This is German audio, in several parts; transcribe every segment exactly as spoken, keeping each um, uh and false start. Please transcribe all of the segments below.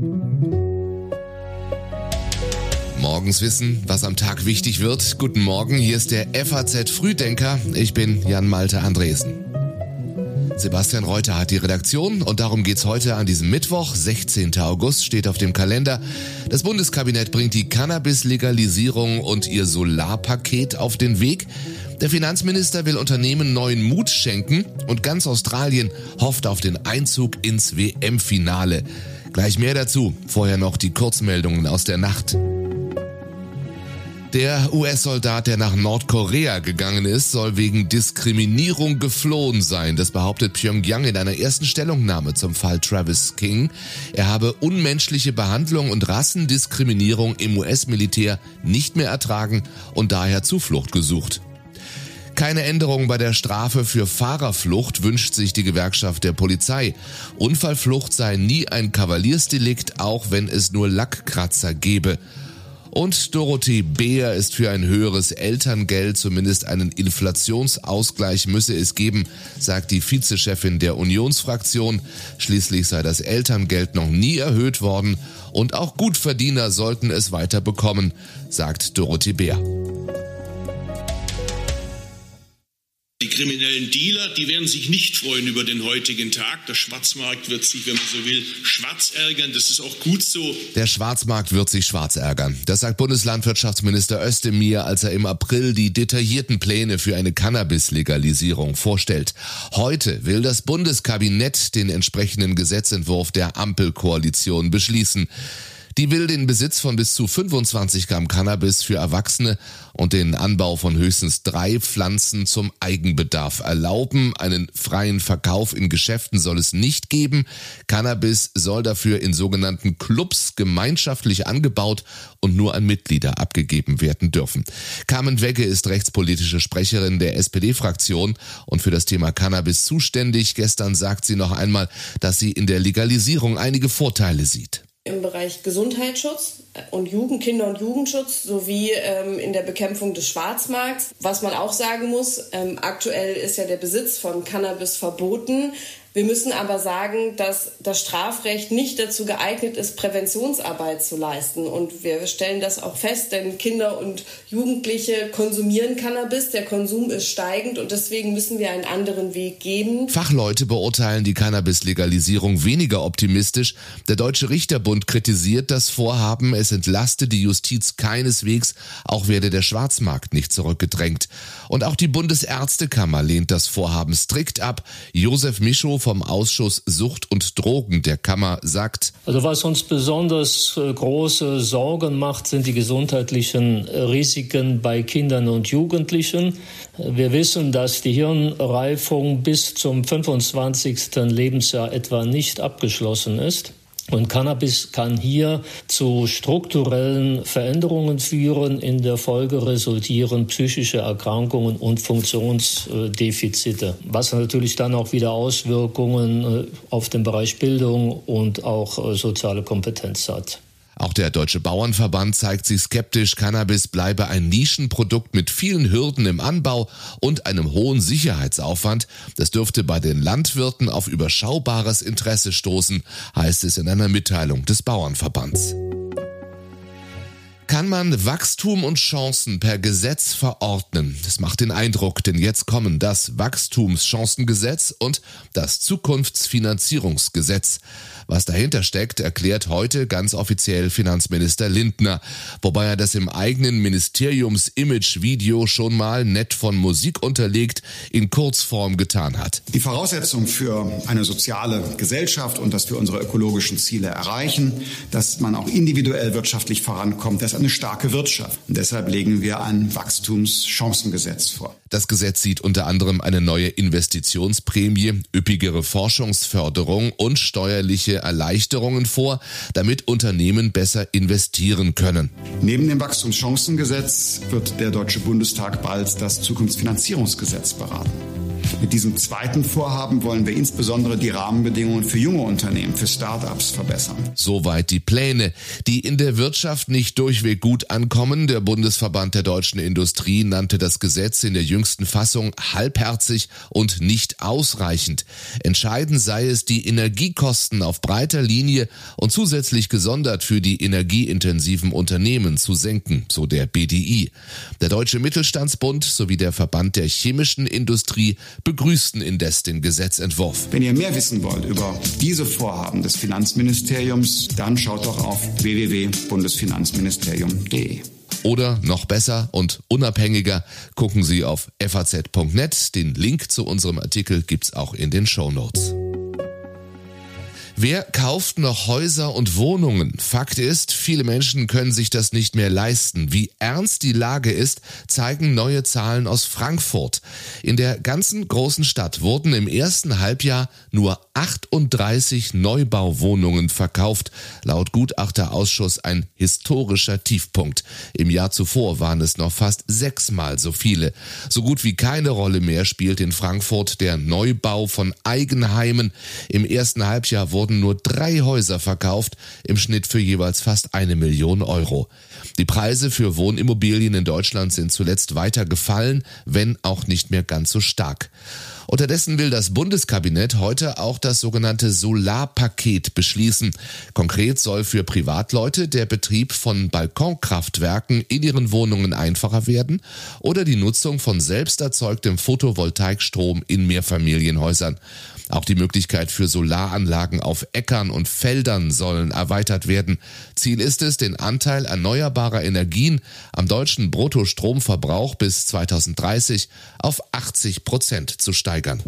Morgens wissen, was am Tag wichtig wird. Guten Morgen, hier ist der F A Z Frühdenker. Ich bin Jan Malte Andresen. Sebastian Reuter hat die Redaktion und darum geht's heute an diesem Mittwoch, sechzehnten August, steht auf dem Kalender. Das Bundeskabinett bringt die Cannabis-Legalisierung und ihr Solarpaket auf den Weg. Der Finanzminister will Unternehmen neuen Mut schenken und ganz Australien hofft auf den Einzug ins W M-Finale. Gleich mehr dazu, vorher noch die Kurzmeldungen aus der Nacht. Der U S-Soldat, der nach Nordkorea gegangen ist, soll wegen Diskriminierung geflohen sein. Das behauptet Pyongyang in einer ersten Stellungnahme zum Fall Travis King. Er habe unmenschliche Behandlung und Rassendiskriminierung im U S-Militär nicht mehr ertragen und daher Zuflucht gesucht. Keine Änderung bei der Strafe für Fahrerflucht wünscht sich die Gewerkschaft der Polizei. Unfallflucht sei nie ein Kavaliersdelikt, auch wenn es nur Lackkratzer gebe. Und Dorothee Beer ist für ein höheres Elterngeld, zumindest einen Inflationsausgleich müsse es geben, sagt die Vizechefin der Unionsfraktion. Schließlich sei das Elterngeld noch nie erhöht worden und auch Gutverdiener sollten es weiter bekommen, sagt Dorothee Beer. Die kriminellen Dealer, die werden sich nicht freuen über den heutigen Tag. Der Schwarzmarkt wird sich, wenn man so will, schwarz ärgern. Das ist auch gut so. Der Schwarzmarkt wird sich schwarz ärgern. Das sagt Bundeslandwirtschaftsminister Özdemir, als er im April die detaillierten Pläne für eine Cannabis-Legalisierung vorstellt. Heute will das Bundeskabinett den entsprechenden Gesetzentwurf der Ampelkoalition beschließen. Die will den Besitz von bis zu fünfundzwanzig Gramm Cannabis für Erwachsene und den Anbau von höchstens drei Pflanzen zum Eigenbedarf erlauben. Einen freien Verkauf in Geschäften soll es nicht geben. Cannabis soll dafür in sogenannten Clubs gemeinschaftlich angebaut und nur an Mitglieder abgegeben werden dürfen. Carmen Wegge ist rechtspolitische Sprecherin der S P D-Fraktion und für das Thema Cannabis zuständig. Gestern sagt sie noch einmal, dass sie in der Legalisierung einige Vorteile sieht. Im Bereich Gesundheitsschutz und Jugend, Kinder- und Jugendschutz sowie ähm, in der Bekämpfung des Schwarzmarkts. Was man auch sagen muss, ähm, aktuell ist ja der Besitz von Cannabis verboten. Wir müssen aber sagen, dass das Strafrecht nicht dazu geeignet ist, Präventionsarbeit zu leisten. Und wir stellen das auch fest, denn Kinder und Jugendliche konsumieren Cannabis. Der Konsum ist steigend und deswegen müssen wir einen anderen Weg gehen. Fachleute beurteilen die Cannabis-Legalisierung weniger optimistisch. Der Deutsche Richterbund kritisiert das Vorhaben. Es entlaste die Justiz keineswegs. Auch werde der Schwarzmarkt nicht zurückgedrängt. Und auch die Bundesärztekammer lehnt das Vorhaben strikt ab. Josef Mischow vom Ausschuss Sucht und Drogen der Kammer sagt: Also was uns besonders äh, große Sorgen macht, sind die gesundheitlichen Risiken bei Kindern und Jugendlichen. Wir wissen, dass die Hirnreifung bis zum fünfundzwanzigsten Lebensjahr etwa nicht abgeschlossen ist. Und Cannabis kann hier zu strukturellen Veränderungen führen. In der Folge resultieren psychische Erkrankungen und Funktionsdefizite, was natürlich dann auch wieder Auswirkungen auf den Bereich Bildung und auch soziale Kompetenz hat. Auch der Deutsche Bauernverband zeigt sich skeptisch. Cannabis bleibe ein Nischenprodukt mit vielen Hürden im Anbau und einem hohen Sicherheitsaufwand. Das dürfte bei den Landwirten auf überschaubares Interesse stoßen, heißt es in einer Mitteilung des Bauernverbands. Kann man Wachstum und Chancen per Gesetz verordnen? Das macht den Eindruck, denn jetzt kommen das Wachstumschancengesetz und das Zukunftsfinanzierungsgesetz. Was dahinter steckt, erklärt heute ganz offiziell Finanzminister Lindner, wobei er das im eigenen Ministeriums-Image-Video schon mal nett von Musik unterlegt in Kurzform getan hat. Die Voraussetzung für eine soziale Gesellschaft und dass wir unsere ökologischen Ziele erreichen, dass man auch individuell wirtschaftlich vorankommt, das ist eine starke Wirtschaft. Und deshalb legen wir ein Wachstumschancengesetz vor. Das Gesetz sieht unter anderem eine neue Investitionsprämie, üppigere Forschungsförderung und steuerliche Erleichterungen vor, damit Unternehmen besser investieren können. Neben dem Wachstumschancengesetz wird der Deutsche Bundestag bald das Zukunftsfinanzierungsgesetz beraten. Mit diesem zweiten Vorhaben wollen wir insbesondere die Rahmenbedingungen für junge Unternehmen, für Start-ups verbessern. Soweit die Pläne, die in der Wirtschaft nicht durchweg gut ankommen. Der Bundesverband der deutschen Industrie nannte das Gesetz in der jüngsten Fassung halbherzig und nicht ausreichend. Entscheidend sei es, die Energiekosten auf breiter Linie und zusätzlich gesondert für die energieintensiven Unternehmen zu senken, so der B D I. Der Deutsche Mittelstandsbund sowie der Verband der chemischen Industrie begrüßten indes den Gesetzentwurf. Wenn ihr mehr wissen wollt über diese Vorhaben des Finanzministeriums, dann schaut doch auf w w w punkt bundesfinanzministerium punkt de. Oder noch besser und unabhängiger, gucken Sie auf f a z punkt net. Den Link zu unserem Artikel gibt's auch in den Shownotes. Wer kauft noch Häuser und Wohnungen? Fakt ist, viele Menschen können sich das nicht mehr leisten. Wie ernst die Lage ist, zeigen neue Zahlen aus Frankfurt. In der ganzen großen Stadt wurden im ersten Halbjahr nur achtunddreißig Neubauwohnungen verkauft. Laut Gutachterausschuss ein historischer Tiefpunkt. Im Jahr zuvor waren es noch fast sechsmal so viele. So gut wie keine Rolle mehr spielt in Frankfurt der Neubau von Eigenheimen. Im ersten Halbjahr wurden nur drei Häuser verkauft, im Schnitt für jeweils fast eine Million Euro. Die Preise für Wohnimmobilien in Deutschland sind zuletzt weiter gefallen, wenn auch nicht mehr ganz so stark. Unterdessen will das Bundeskabinett heute auch das sogenannte Solarpaket beschließen. Konkret soll für Privatleute der Betrieb von Balkonkraftwerken in ihren Wohnungen einfacher werden oder die Nutzung von selbst erzeugtem Photovoltaikstrom in Mehrfamilienhäusern. Auch die Möglichkeit für Solaranlagen auf Äckern und Feldern sollen erweitert werden. Ziel ist es, den Anteil erneuerbarer Energien am deutschen Bruttostromverbrauch bis zweitausenddreißig auf achtzig Prozent zu steigern.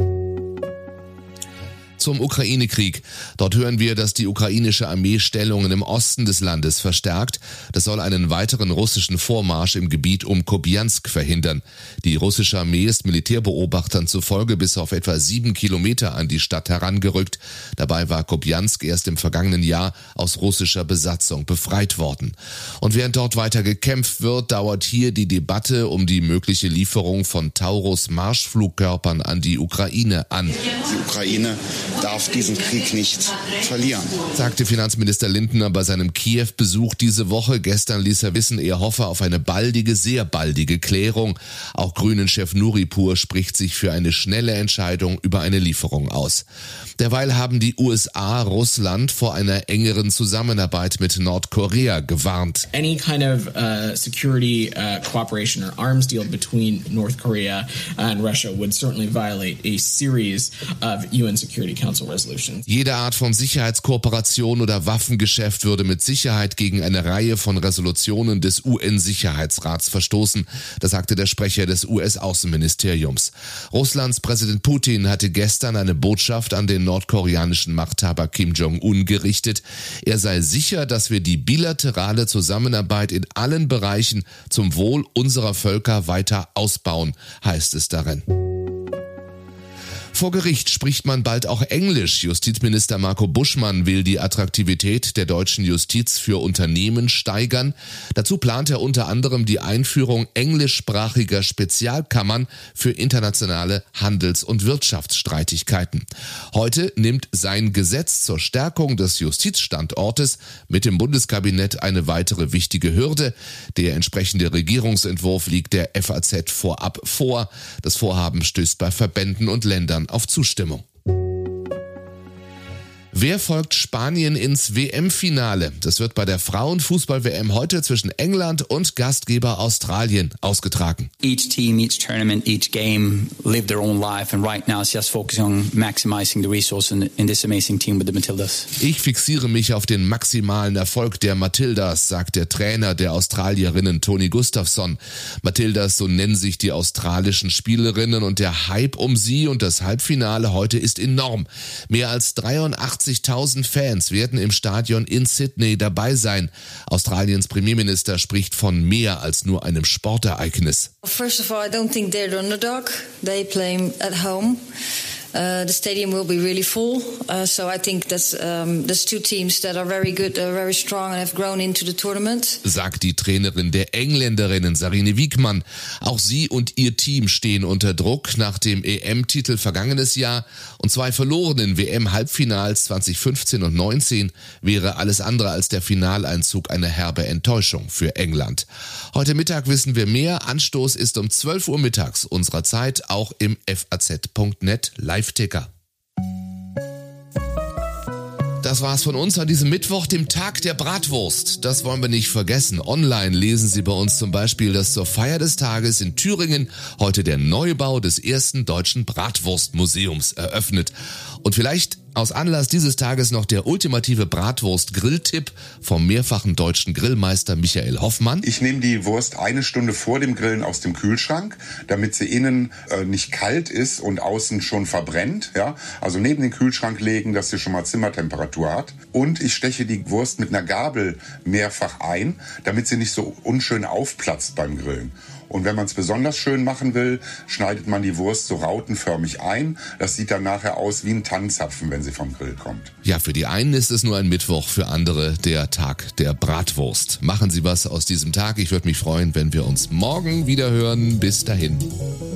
Zum Ukraine-Krieg. Dort hören wir, dass die ukrainische Armee Stellungen im Osten des Landes verstärkt. Das soll einen weiteren russischen Vormarsch im Gebiet um Kupiansk verhindern. Die russische Armee ist Militärbeobachtern zufolge bis auf etwa sieben Kilometer an die Stadt herangerückt. Dabei war Kupiansk erst im vergangenen Jahr aus russischer Besatzung befreit worden. Und während dort weiter gekämpft wird, dauert hier die Debatte um die mögliche Lieferung von Taurus-Marschflugkörpern an die Ukraine an. Die Ukraine darf diesen Krieg nicht verlieren, sagte Finanzminister Lindner bei seinem Kiew-Besuch diese Woche. Gestern ließ er wissen, er hoffe auf eine baldige, sehr baldige Klärung. Auch Grünen-Chef Nuripur spricht sich für eine schnelle Entscheidung über eine Lieferung aus. Derweil haben die U S A Russland vor einer engeren Zusammenarbeit mit Nordkorea gewarnt. Any kind of uh, security uh, cooperation or arms deal between North Korea and Russia would certainly violate a series of U N Security Council resolutions. Jede Art von Sicherheitskooperation oder Waffengeschäft würde mit Sicherheit gegen eine Reihe von Resolutionen des U N-Sicherheitsrats verstoßen, das sagte der Sprecher des U S-Außenministeriums. Russlands Präsident Putin hatte gestern eine Botschaft an den nordkoreanischen Machthaber Kim Jong-un gerichtet. Er sei sicher, dass wir die bilaterale Zusammenarbeit in allen Bereichen zum Wohl unserer Völker weiter ausbauen, heißt es darin. Vor Gericht spricht man bald auch Englisch. Justizminister Marco Buschmann will die Attraktivität der deutschen Justiz für Unternehmen steigern. Dazu plant er unter anderem die Einführung englischsprachiger Spezialkammern für internationale Handels- und Wirtschaftsstreitigkeiten. Heute nimmt sein Gesetz zur Stärkung des Justizstandortes mit dem Bundeskabinett eine weitere wichtige Hürde. Der entsprechende Regierungsentwurf liegt der F A Z vorab vor. Das Vorhaben stößt bei Verbänden und Ländern auf Zustimmung. Wer folgt Spanien ins W M-Finale? Das wird bei der Frauenfußball-W M heute zwischen England und Gastgeber Australien ausgetragen. Each team, each tournament, each game live their own life and right now it's just focusing on maximizing the resources in, in this amazing team with the Matildas. Ich fixiere mich auf den maximalen Erfolg der Matildas, sagt der Trainer der Australierinnen Tony Gustafsson. Matildas, so nennen sich die australischen Spielerinnen, und der Hype um sie und das Halbfinale heute ist enorm. Mehr als dreiundachtzigtausend Fans werden im Stadion in Sydney dabei sein. Australiens Premierminister spricht von mehr als nur einem Sportereignis. First of all, I don't think they're the underdog. They play at home. Uh, the stadium will be really full, uh, so I think that's um, there's two teams that are very good, uh, very strong and have grown into the tournament. Sagt die Trainerin der Engländerinnen Sarine Wiegmann. Auch sie und ihr Team stehen unter Druck nach dem E M-Titel vergangenes Jahr und zwei verlorenen W M-Halbfinals zwanzig fünfzehn und neunzehn wäre alles andere als der Finaleinzug eine herbe Enttäuschung für England. Heute Mittag wissen wir mehr. Anstoß ist um zwölf Uhr mittags unserer Zeit, auch im F A Z Punkt net Live-Ticker. Das war's von uns an diesem Mittwoch, dem Tag der Bratwurst. Das wollen wir nicht vergessen. Online lesen Sie bei uns zum Beispiel, dass zur Feier des Tages in Thüringen heute der Neubau des ersten deutschen Bratwurstmuseums eröffnet. Und vielleicht aus Anlass dieses Tages noch der ultimative Bratwurst-Grilltipp vom mehrfachen deutschen Grillmeister Michael Hoffmann. Ich nehme die Wurst eine Stunde vor dem Grillen aus dem Kühlschrank, damit sie innen äh, nicht kalt ist und außen schon verbrennt. Ja? Also neben den Kühlschrank legen, dass sie schon mal Zimmertemperatur hat. Und ich steche die Wurst mit einer Gabel mehrfach ein, damit sie nicht so unschön aufplatzt beim Grillen. Und wenn man es besonders schön machen will, schneidet man die Wurst so rautenförmig ein. Das sieht dann nachher aus wie ein Tannenzapfen, wenn sie vom Grill kommt. Ja, für die einen ist es nur ein Mittwoch, für andere der Tag der Bratwurst. Machen Sie was aus diesem Tag. Ich würde mich freuen, wenn wir uns morgen wieder hören. Bis dahin.